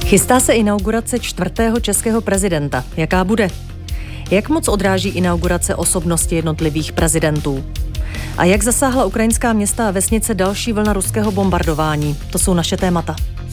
Chystá se inaugurace 4. českého prezidenta. Jaká bude? Jak moc odráží inaugurace osobnosti jednotlivých prezidentů? A jak zasáhla ukrajinská města a vesnice další vlna ruského bombardování? To jsou naše témata.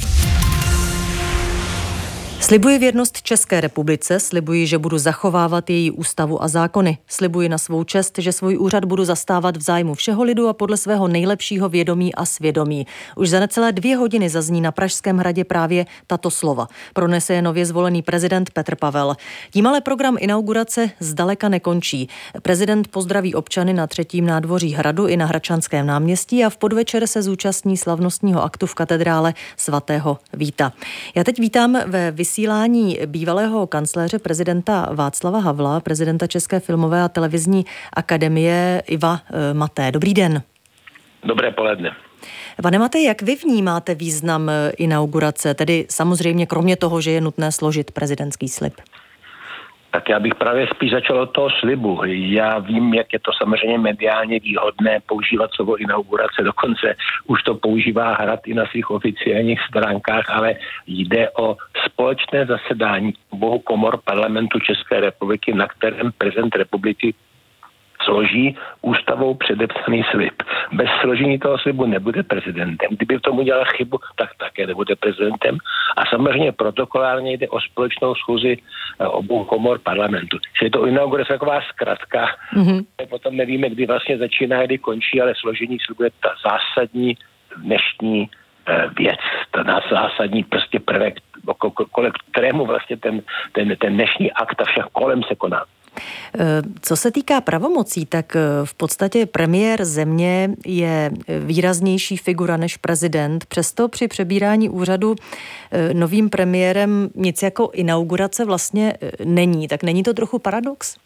Slibuji věrnost České republice, slibuji, že budu zachovávat její ústavu a zákony. Slibuji na svou čest, že svůj úřad budu zastávat v zájmu všeho lidu a podle svého nejlepšího vědomí a svědomí. Už za necelé 2 hodiny zazní na Pražském hradě právě tato slova. Pronese je nově zvolený prezident Petr Pavel. Tím ale program inaugurace zdaleka nekončí. Prezident pozdraví občany na 3. nádvoří hradu i na Hradčanském náměstí a v podvečer se zúčastní slavnostního aktu v katedrále svatého Víta. Já teď vítám ve vysílání bývalého kancléře prezidenta Václava Havla, prezidenta České filmové a televizní akademie Iva Maté. Dobrý den. Dobré poledne. Pane Maté, jak vy vnímáte význam inaugurace, tedy samozřejmě kromě toho, že je nutné složit prezidentský slib? Tak já bych právě spíš začal od toho slibu. Já vím, jak je to samozřejmě mediálně výhodné používat slovo inaugurace, dokonce už to používá Hrad i na svých oficiálních stránkách, ale jde o společné zasedání obou komor parlamentu České republiky, na kterém prezident republiky složí ústavou předepsaný slib. Bez složení toho slibu nebude prezidentem. Kdyby v tom udělal chybu, tak také nebude prezidentem. A samozřejmě protokolárně jde o společnou schůzi obou komor parlamentu. Čili to inaugurace taková zkratka. Potom nevíme, kdy vlastně začíná, kdy končí, ale složení slibu je ta zásadní dnešní věc, ta zásadní prostě prvek, kolem kterému vlastně ten dnešní akt a všech kolem se koná. Co se týká pravomocí, tak v podstatě premiér země je výraznější figura než prezident. Přesto při přebírání úřadu novým premiérem nic jako inaugurace vlastně není. Tak není to trochu paradox?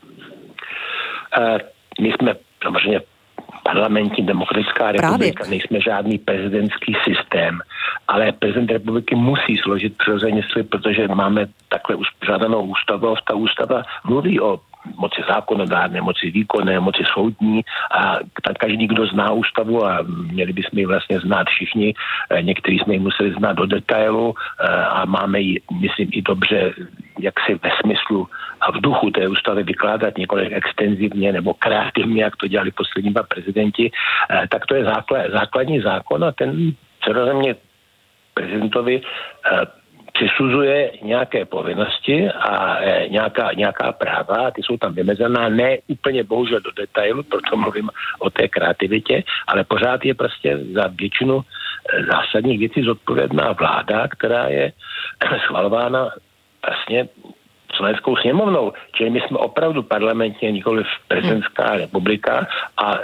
My jsme samozřejmě parlamentní demokratická republika, nejsme žádný prezidentský systém, ale prezident republiky musí složit přirozeně slib, protože máme takhle uspořádanou ústavu a ta ústava mluví o moci zákonodárné, moci výkonné, moci soudní a každý, kdo zná ústavu, a měli bychom ji vlastně znát všichni, někteří jsme ji museli znát do detailu a máme ji, myslím, i dobře jaksi ve smyslu a v duchu té ústavy vykládat několik extenzivně nebo kreativně, jak to dělali poslední 2 prezidenti, tak to je základní zákon a ten samozřejmě prezidentovi přisuzuje nějaké povinnosti a nějaká práva, ty jsou tam vymezená, ne úplně bohužel do detailu, proto mluvím o té kreativitě, ale pořád je prostě za většinu zásadních věcí zodpovědná vláda, která je schvalována vlastně Slovenskou sněmovnou. Čili my jsme opravdu parlamentně, nikoliv prezidentská republika a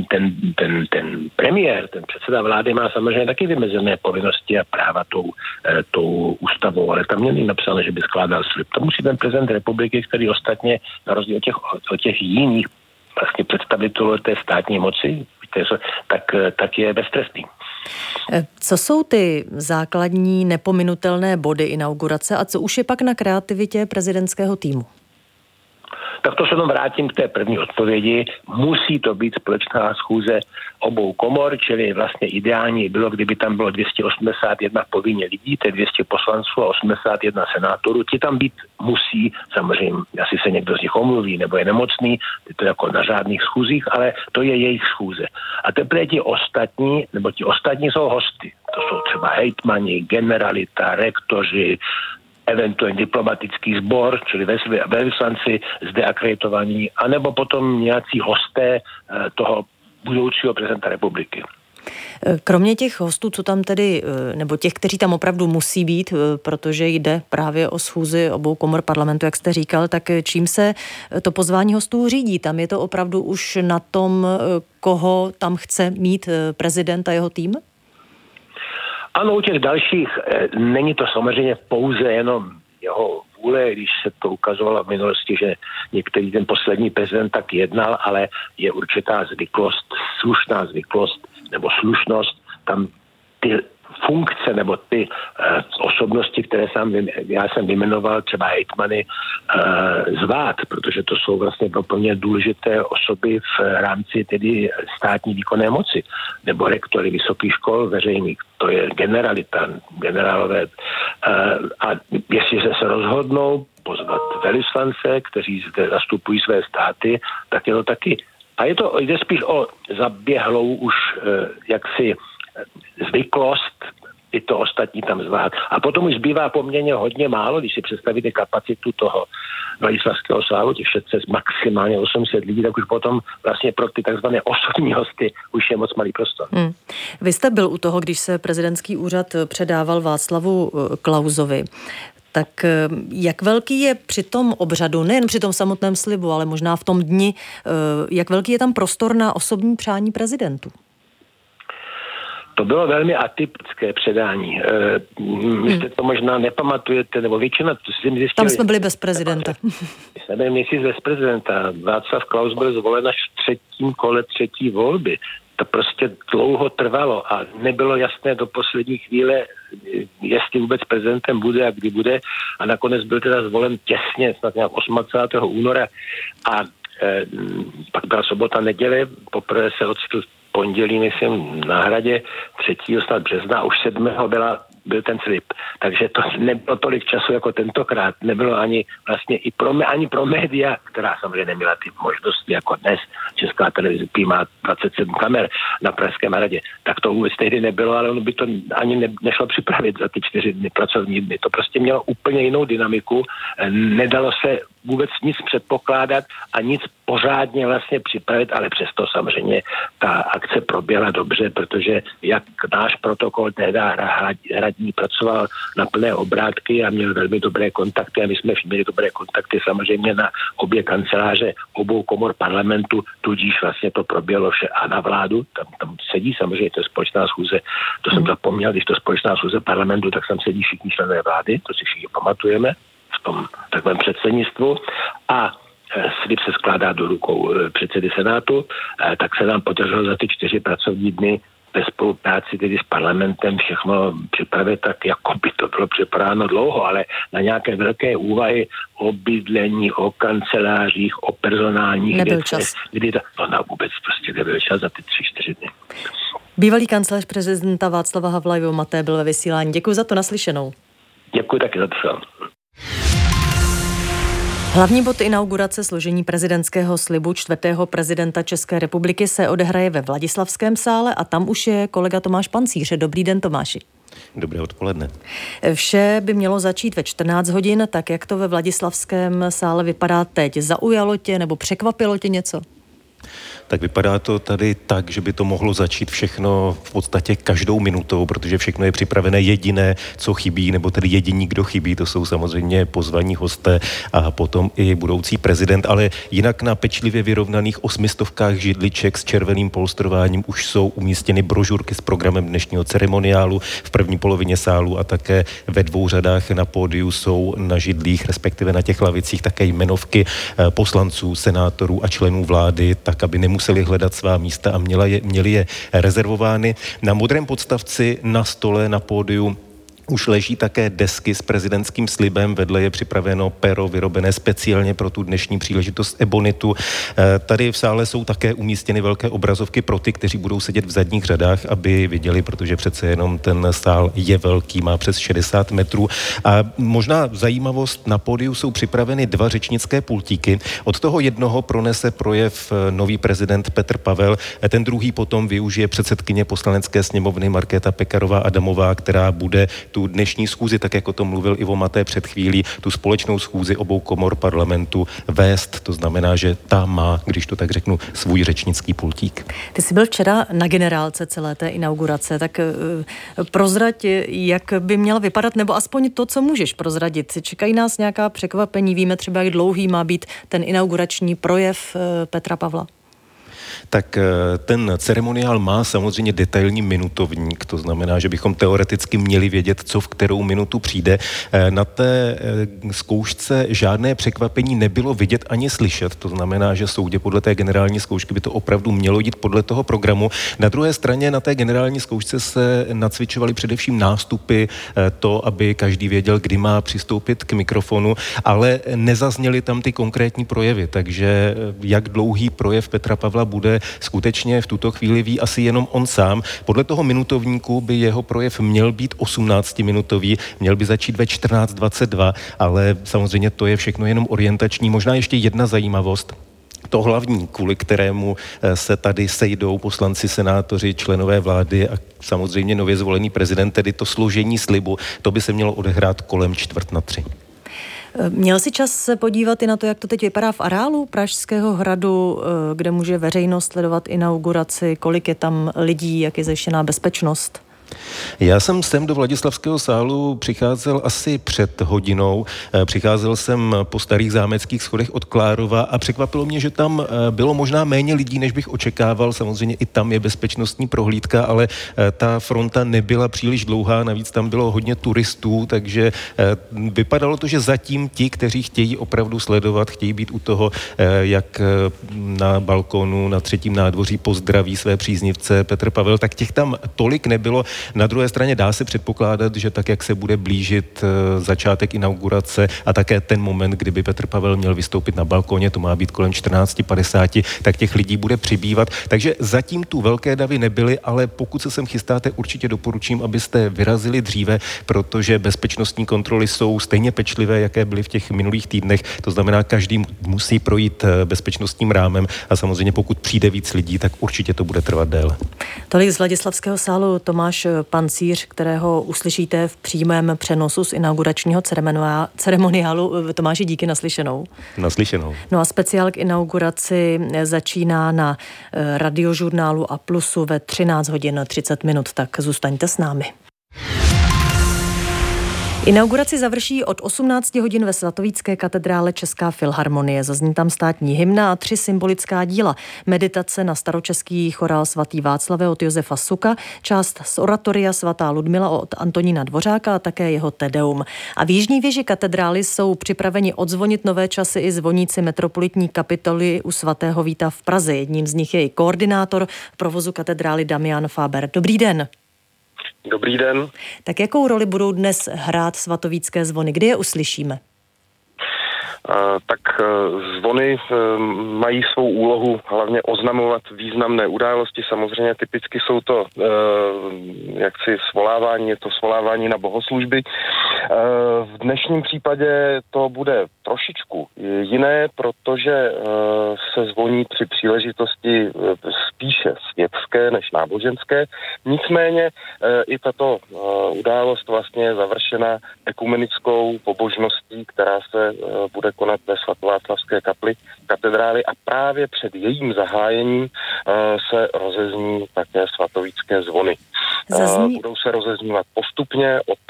ten premiér, ten předseda vlády má samozřejmě taky vymezené povinnosti a práva tou ústavou, ale tam není napsáno, že by skládal slib. To musí ten prezident republiky, který ostatně na rozdíl od těch jiných vlastně představitelů té státní moci, tak je beztrestný. Co jsou ty základní nepominutelné body inaugurace a co už je pak na kreativitě prezidentského týmu? Tak to se jenom vrátím k té první odpovědi. Musí to být společná schůze obou komor, čili vlastně ideální bylo, kdyby tam bylo 281 povinně lidí, to je 200 poslanců a 81 senátorů. Ti tam být musí, samozřejmě asi se někdo z nich omluví nebo je nemocný, je to jako na řádných schůzích, ale to je jejich schůze. A teprve ti ostatní jsou hosty. To jsou třeba hejtmani, generalita, rektoři, eventuálně diplomatický sbor, čili velvyslanci zde akreditovaní, anebo potom nějací hosté toho budoucího prezidenta republiky. Kromě těch hostů, co tam tedy, nebo těch, kteří tam opravdu musí být, protože jde právě o schůzi obou komor parlamentu, jak jste říkal, tak čím se to pozvání hostů řídí? Tam je to opravdu už na tom, koho tam chce mít prezident a jeho tým? Ano, u těch dalších není to samozřejmě pouze jenom jeho vůle, když se to ukazovalo v minulosti, že některý ten poslední prezident tak jednal, ale je určitá zvyklost, slušná zvyklost nebo slušnost tam ty funkce nebo ty osobnosti, které já jsem vyjmenoval, třeba hejtmany, zvát, protože to jsou vlastně úplně důležité osoby v rámci tedy státní výkonné moci, nebo rektory vysokých škol veřejných, to je generalita, generálové A jestliže se rozhodnou pozvat velvyslance, kteří zde zastupují své státy, tak je to taky. A jde spíš o zaběhlou už jaksi zvyklost i to ostatní tam zvát. A potom už zbývá poměrně hodně málo, když si představíte kapacitu toho Vladislavského sálu, těch 600, maximálně 800 lidí, tak už potom vlastně pro ty takzvané osobní hosty už je moc malý prostor. Vy jste byl u toho, když se prezidentský úřad předával Václavu Klausovi. Tak jak velký je při tom obřadu, nejen při tom samotném slibu, ale možná v tom dni, jak velký je tam prostor na osobní přání prezidentu? To bylo velmi atypické předání. Vy jste to možná nepamatujete, nebo většina... Tam jsme byli bez prezidenta. Jsme byli měsíc bez prezidenta. Václav Klaus byl zvolen až v třetím kole třetí volby. To prostě dlouho trvalo a nebylo jasné do poslední chvíle, jestli vůbec prezidentem bude a kdy bude. A nakonec byl teda zvolen těsně, snad nějak 28. února. A pak byla sobota, neděle, poprvé se ocitl pondělí, myslím, na Hradě 3. snad března a už 7. byl ten slib. Takže to nebylo tolik času jako tentokrát. Nebylo ani vlastně ani pro média, která samozřejmě neměla ty možnosti jako dnes. Česká televize má 27 kamer na Pražském hradě. Tak to vůbec tehdy nebylo, ale ono by to ani nešlo připravit za ty 4 dny, pracovní dny. To prostě mělo úplně jinou dynamiku. Nedalo se vůbec nic předpokládat a nic pořádně vlastně připravit, ale přesto samozřejmě ta akce proběhla dobře, protože jak náš protokol tehdy hradní pracoval na plné obrátky a měl velmi dobré kontakty a my jsme měli dobré kontakty samozřejmě na obě kanceláře obou komor parlamentu, tudíž vlastně to proběhlo vše a na vládu, tam sedí samozřejmě, to je společná schůze, to jsem zapomněl, když to společná schůze parlamentu, tak tam sedí všichni členové vlády, to si všichni pamatujeme v tom takovém předsednictvu a slib se skládá do rukou předsedy Senátu, tak se nám podařilo za ty 4 pracovní dny ve spolupráci tedy s parlamentem všechno připravit tak, jako by to bylo připraveno dlouho, ale na nějaké velké úvahy o bydlení, o kancelářích, o personálních věcech, kdy to vůbec prostě nebyl čas za ty 3-4 dny. Bývalý kancléř prezidenta Václava Havla Ivo Maté byl ve vysílání. Děkuji za to, naslyšenou. Děkuji taky za to. Hlavní bod inaugurace složení prezidentského slibu 4. prezidenta České republiky se odehraje ve Vladislavském sále a tam už je kolega Tomáš Pancíř. Dobrý den, Tomáši. Dobré odpoledne. Vše by mělo začít ve 14 hodin, tak jak to ve Vladislavském sále vypadá teď? Zaujalo tě nebo překvapilo tě něco? Tak vypadá to tady tak, že by to mohlo začít všechno v podstatě každou minutou, protože všechno je připravené. Jediné, co chybí, nebo tedy jediní, kdo chybí, to jsou samozřejmě pozvaní hosté a potom i budoucí prezident, ale jinak na pečlivě vyrovnaných 800 židliček s červeným polstrováním už jsou umístěny brožurky s programem dnešního ceremoniálu v první polovině sálu a také ve 2 řadách na pódiu jsou na židlích, respektive na těch lavicích také jmenovky poslanců, senátorů a členů vlády, tak aby nemuseli hledat svá místa a měli je rezervovány. Na modrém podstavci na stole na pódiu už leží také desky s prezidentským slibem, vedle je připraveno pero vyrobené speciálně pro tu dnešní příležitost ebonitu. Tady v sále jsou také umístěny velké obrazovky pro ty, kteří budou sedět v zadních řadách, aby viděli, protože přece jenom ten sál je velký, má přes 60 metrů. A možná zajímavost, na pódiu jsou připraveny 2 řečnické pultíky. Od toho jednoho pronese projev nový prezident Petr Pavel, ten druhý potom využije předsedkyně Poslanecké sněmovny Markéta Pekarová Adamová, která bude tu dnešní schůzi, tak jako to mluvil Ivo Maté před chvílí, tu společnou schůzi obou komor parlamentu vést. To znamená, že ta má, když to tak řeknu, svůj řečnický pultík. Ty jsi byl včera na generálce celé té inaugurace, tak prozrať, jak by měla vypadat, nebo aspoň to, co můžeš prozradit. Čekají nás nějaká překvapení? Víme třeba, jak dlouhý má být ten inaugurační projev Petra Pavla? Tak ten ceremoniál má samozřejmě detailní minutovník, to znamená, že bychom teoreticky měli vědět, co v kterou minutu přijde. Na té zkoušce žádné překvapení nebylo vidět ani slyšet, to znamená, že soudě podle té generální zkoušky by to opravdu mělo jít podle toho programu. Na druhé straně na té generální zkoušce se nacvičovaly především nástupy, to, aby každý věděl, kdy má přistoupit k mikrofonu, ale nezazněly tam ty konkrétní projevy, takže jak dlouhý projev Petra Pavla bude, bude skutečně v tuto chvíli ví asi jenom on sám. Podle toho minutovníku by jeho projev měl být 18-minutový, měl by začít ve 14:22, ale samozřejmě to je všechno jenom orientační. Možná ještě jedna zajímavost. To hlavní, kvůli kterému se tady sejdou poslanci, senátoři, členové vlády a samozřejmě nově zvolený prezident, tedy to složení slibu, to by se mělo odehrát kolem 2:45. Měl si čas se podívat i na to, jak to teď vypadá v areálu Pražského hradu, kde může veřejnost sledovat inauguraci, kolik je tam lidí, jak je zajištěná bezpečnost? Já jsem sem do Vladislavského sálu přicházel asi před hodinou. Přicházel jsem po starých zámeckých schodech od Klárova a překvapilo mě, že tam bylo možná méně lidí, než bych očekával. Samozřejmě i tam je bezpečnostní prohlídka, ale ta fronta nebyla příliš dlouhá, navíc tam bylo hodně turistů, takže vypadalo to, že zatím ti, kteří chtějí opravdu sledovat, chtějí být u toho, jak na balkónu na 3. nádvoří pozdraví své příznivce Petr Pavel, tak těch tam tolik nebylo. Na druhé straně dá se předpokládat, že tak, jak se bude blížit začátek inaugurace a také ten moment, kdyby Petr Pavel měl vystoupit na balkóně, to má být kolem 14:50, tak těch lidí bude přibývat. Takže zatím tu velké davy nebyly, ale pokud se sem chystáte, určitě doporučím, abyste vyrazili dříve, protože bezpečnostní kontroly jsou stejně pečlivé, jaké byly v těch minulých týdnech. To znamená, každý musí projít bezpečnostním rámem a samozřejmě pokud přijde víc lidí, tak určitě to bude trvat déle. Tolik z Vladislavského sálu Tomáš Pancíř, kterého uslyšíte v přímém přenosu z inauguračního ceremoniálu. Tomáši, díky, naslyšenou. Naslyšenou. No a speciál k inauguraci začíná na Radiožurnálu a Plusu ve 13:30, tak zůstaňte s námi. Inauguraci završí od 18 hodin ve svatovícké katedrále Česká filharmonie. Zazní tam státní hymna a 3 symbolická díla. Meditace na staročeský chorál svatý Václave od Josefa Suka, část z oratoria svatá Ludmila od Antonína Dvořáka a také jeho Tedeum. A v jižní věži katedrály jsou připraveni odzvonit nové časy i zvoníci metropolitní kapituly u svatého Víta v Praze. Jedním z nich je i koordinátor provozu katedrály Damian Faber. Dobrý den. Dobrý den. Tak jakou roli budou dnes hrát svatovícké zvony? Kdy je uslyšíme? Tak zvony mají svou úlohu hlavně oznamovat významné události. Samozřejmě typicky jsou to jaksi svolávání, je to svolávání na bohoslužby. V dnešním případě to bude trošičku jiné, protože se zvoní při příležitosti spíše světské než náboženské. Nicméně i tato událost vlastně je završena ekumenickou pobožností, která se bude konat ve svatováclavské kapli katedrály a právě před jejím zahájením se rozezní také svatovícké zvony. Budou se rozeznívat postupně od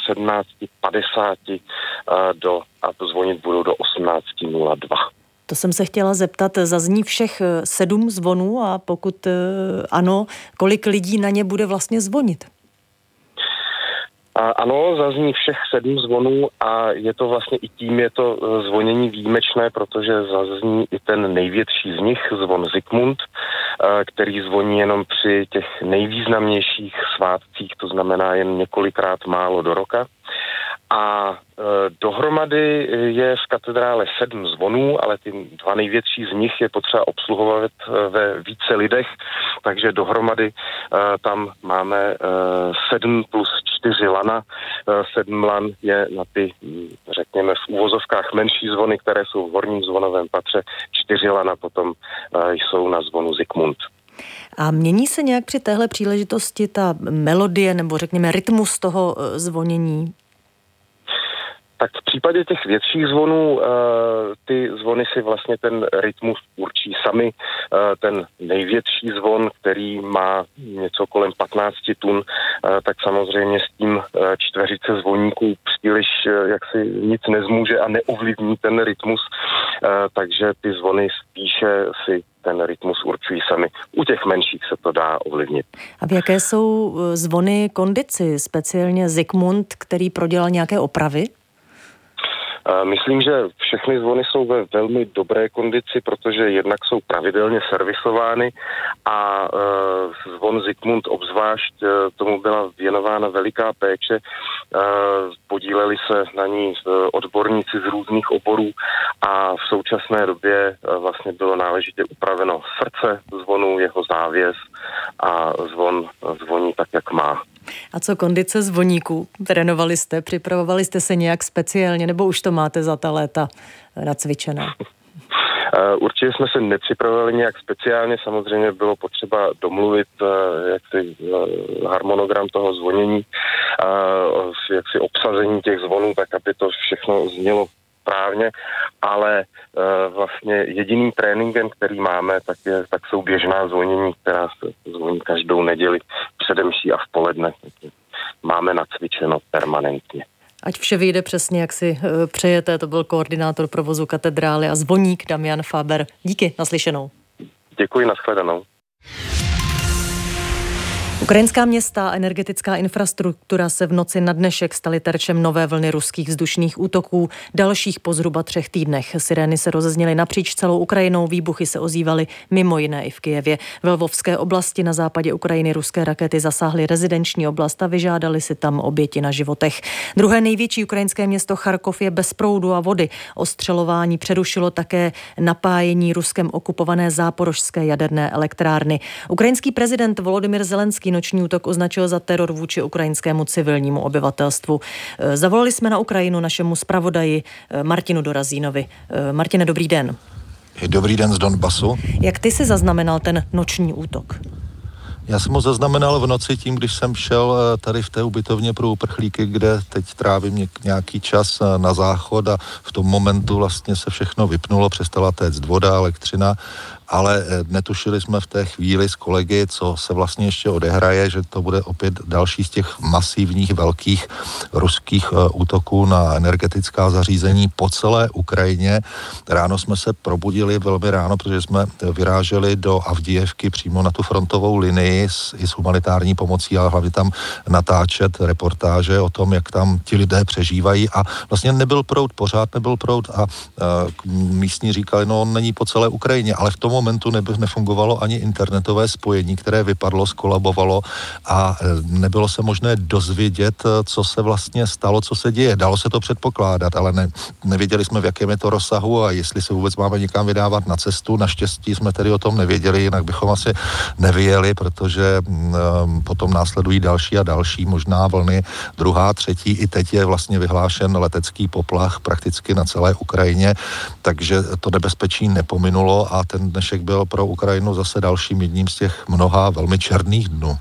17:50 a zvonit budou do 18:02. To jsem se chtěla zeptat, zazní všech 7 zvonů a pokud ano, kolik lidí na ně bude vlastně zvonit? Ano, zazní všech 7 zvonů a je to vlastně i tím, je to zvonění výjimečné, protože zazní i ten největší z nich, zvon Zikmund, který zvoní jenom při těch nejvýznamnějších svátcích, to znamená jen několikrát málo do roka. A dohromady je v katedrále 7 zvonů, ale ty 2 největší z nich je potřeba obsluhovat ve více lidech, takže dohromady tam máme 7 plus 4 lana. 7 lan je na ty, řekněme, v úvozovkách menší zvony, které jsou v horním zvonovém patře. 4 lana potom jsou na zvonu Zikmund. A mění se nějak při téhle příležitosti ta melodie nebo řekněme rytmus toho zvonění? Tak v případě těch větších zvonů, ty zvony si vlastně ten rytmus určí sami. Ten největší zvon, který má něco kolem 15 tun, tak samozřejmě s tím čtveřice zvoníků příliš jaksi nic nezmůže a neovlivní ten rytmus, takže ty zvony spíše si ten rytmus určují sami. U těch menších se to dá ovlivnit. A v jaké jsou zvony kondici, speciálně Zikmund, který prodělal nějaké opravy? Myslím, že všechny zvony jsou ve velmi dobré kondici, protože jednak jsou pravidelně servisovány a zvon Zikmund obzvlášť, tomu byla věnována veliká péče. Podíleli se na ní odborníci z různých oborů a v současné době vlastně bylo náležitě upraveno srdce zvonu, jeho závěs a zvon zvoní tak, jak má. A co kondice zvoníků? Trénovali jste, připravovali jste se nějak speciálně, nebo už to máte za ta léta nacvičené? Určitě jsme se nepřipravovali nějak speciálně, samozřejmě bylo potřeba domluvit harmonogram toho zvonění, jaksi obsazení těch zvonů, tak aby to všechno znělo správně, ale vlastně jediným tréninkem, který máme, tak jsou běžná zvonění, která se zvoní každou neděli přede mší a v poledne. Máme nacvičeno permanentně. Ať vše vyjde přesně, jak si přejete, to byl koordinátor provozu katedrály a zvoník Damian Faber. Díky, naslyšenou. Děkuji, nashledanou. Ukrajinská města a energetická infrastruktura se v noci na dnešek staly terčem nové vlny ruských vzdušných útoků, dalších po zhruba 3 týdnech. Sirény se rozezněly napříč celou Ukrajinou, výbuchy se ozývaly mimo jiné i v Kyjevě. Ve Lvovské oblasti na západě Ukrajiny ruské rakety zasáhly rezidenční oblast a vyžádali si tam oběti na životech. Druhé největší ukrajinské město Charkov je bez proudu a vody. Ostřelování přerušilo také napájení Ruskem okupované záporožské jaderné elektrárny. Ukrajinský prezident Volodymyr Zelenský noční útok označil za teror vůči ukrajinskému civilnímu obyvatelstvu. Zavolali jsme na Ukrajinu našemu zpravodaji Martinu Dorazínovi. Martine, dobrý den. Dobrý den z Donbasu. Jak ty jsi zaznamenal ten noční útok? Já jsem ho zaznamenal v noci tím, když jsem šel tady v té ubytovně pro uprchlíky, kde teď trávím nějaký čas na záchod a v tom momentu vlastně se všechno vypnulo, přestala téct voda, elektřina, ale netušili jsme v té chvíli s kolegy, co se vlastně ještě odehraje, že to bude opět další z těch masivních velkých ruských útoků na energetická zařízení po celé Ukrajině. Ráno jsme se probudili velmi ráno, protože jsme vyráželi do Avdijevky přímo na tu frontovou linii i s humanitární pomocí, ale hlavně tam natáčet reportáže o tom, jak tam ti lidé přežívají a vlastně pořád nebyl proud a místní říkali, no on není po celé Ukrajině, ale v tom momentu nefungovalo ani internetové spojení, které vypadlo, skolabovalo a nebylo se možné dozvědět, co se vlastně stalo, co se děje. Dalo se to předpokládat, ale nevěděli jsme, v jakém je to rozsahu a jestli se vůbec máme někam vydávat na cestu. Naštěstí jsme tedy o tom nevěděli, jinak bychom asi nevyjeli, protože potom následují další a další možná vlny, druhá, třetí, i teď je vlastně vyhlášen letecký poplach prakticky na celé Ukrajině, takže to nebezpečí nepominulo a ten dnešek byl pro Ukrajinu zase dalším jedním z těch mnoha velmi černých dnů.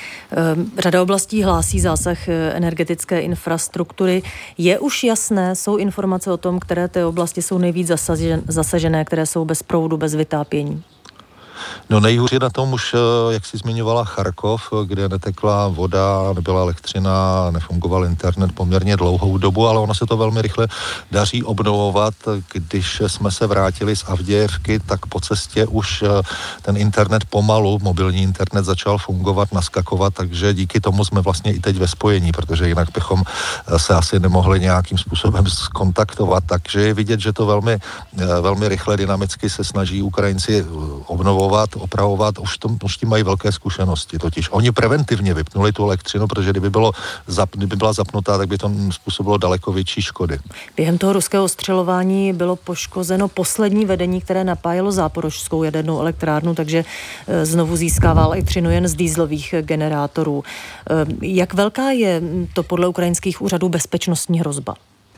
Řada oblastí hlásí zásah energetické infrastruktury. Je už jasné, jsou informace o tom, které ty oblasti jsou nejvíc zasažené, které jsou bez proudu, bez vytápění? No nejhůř je na tom už, jak jsi zmiňovala, Charkov, kde netekla voda, nebyla elektřina, nefungoval internet poměrně dlouhou dobu, ale ono se to velmi rychle daří obnovovat. Když jsme se vrátili z Avdějevky, tak po cestě už ten internet pomalu, mobilní internet začal fungovat, naskakovat, takže díky tomu jsme vlastně i teď ve spojení, protože jinak bychom se asi nemohli nějakým způsobem skontaktovat. Takže je vidět, že to velmi, velmi rychle, dynamicky se snaží Ukrajinci obnovovat, opravovat, už tím mají velké zkušenosti. Totiž oni preventivně vypnuli tu elektřinu, protože kdyby byla zapnutá, tak by to způsobilo daleko větší škody. Během toho ruského ostřelování bylo poškozeno poslední vedení, které napájelo záporožskou jadernou elektrárnu, takže znovu získává elektřinu jen z dieselových generátorů. Jak velká je to podle ukrajinských úřadů bezpečnostní hrozba?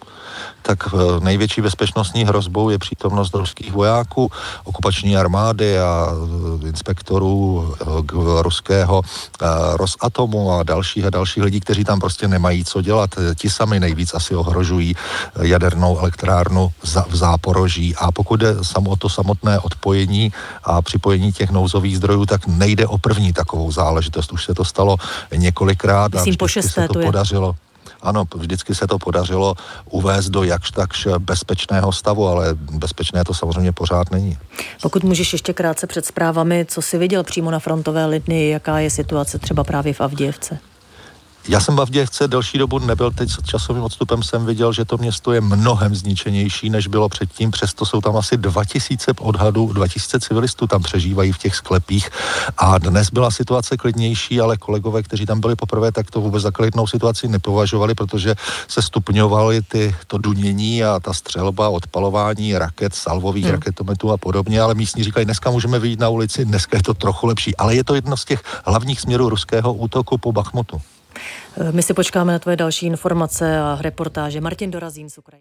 Tak největší bezpečnostní hrozbou je přítomnost ruských vojáků, okupační armády a inspektorů ruského Rosatomu a dalších lidí, kteří tam prostě nemají co dělat. Ti sami nejvíc asi ohrožují jadernou elektrárnu v Záporoží. A pokud jde o to samotné odpojení a připojení těch nouzových zdrojů, tak nejde o první takovou záležitost. Už se to stalo několikrát a vždycky se to podařilo. Ano, vždycky se to podařilo uvést do jakž takž bezpečného stavu, ale bezpečné to samozřejmě pořád není. Pokud můžeš ještě krátce před zprávami, co jsi viděl přímo na frontové linii, jaká je situace třeba právě v Avdějevce? Já jsem v Avdějevce delší dobu nebyl, teď s časovým odstupem jsem viděl, že to město je mnohem zničenější, než bylo předtím, přesto jsou tam asi 2000 odhadů, 2000 civilistů tam přežívají v těch sklepích a dnes byla situace klidnější, ale kolegové, kteří tam byli poprvé, tak to vůbec za klidnou situaci nepovažovali, protože se stupňovaly to dunění a ta střelba, odpalování raket, salvových raketometů a podobně, ale místní říkají, dneska můžeme vyjít na ulici, dneska je to trochu lepší, ale je to jedno z těch hlavních směrů ruského útoku po Bachmutu. My si počkáme na tvoje další informace a reportáže. Martin Dorazín z Ukrajiny.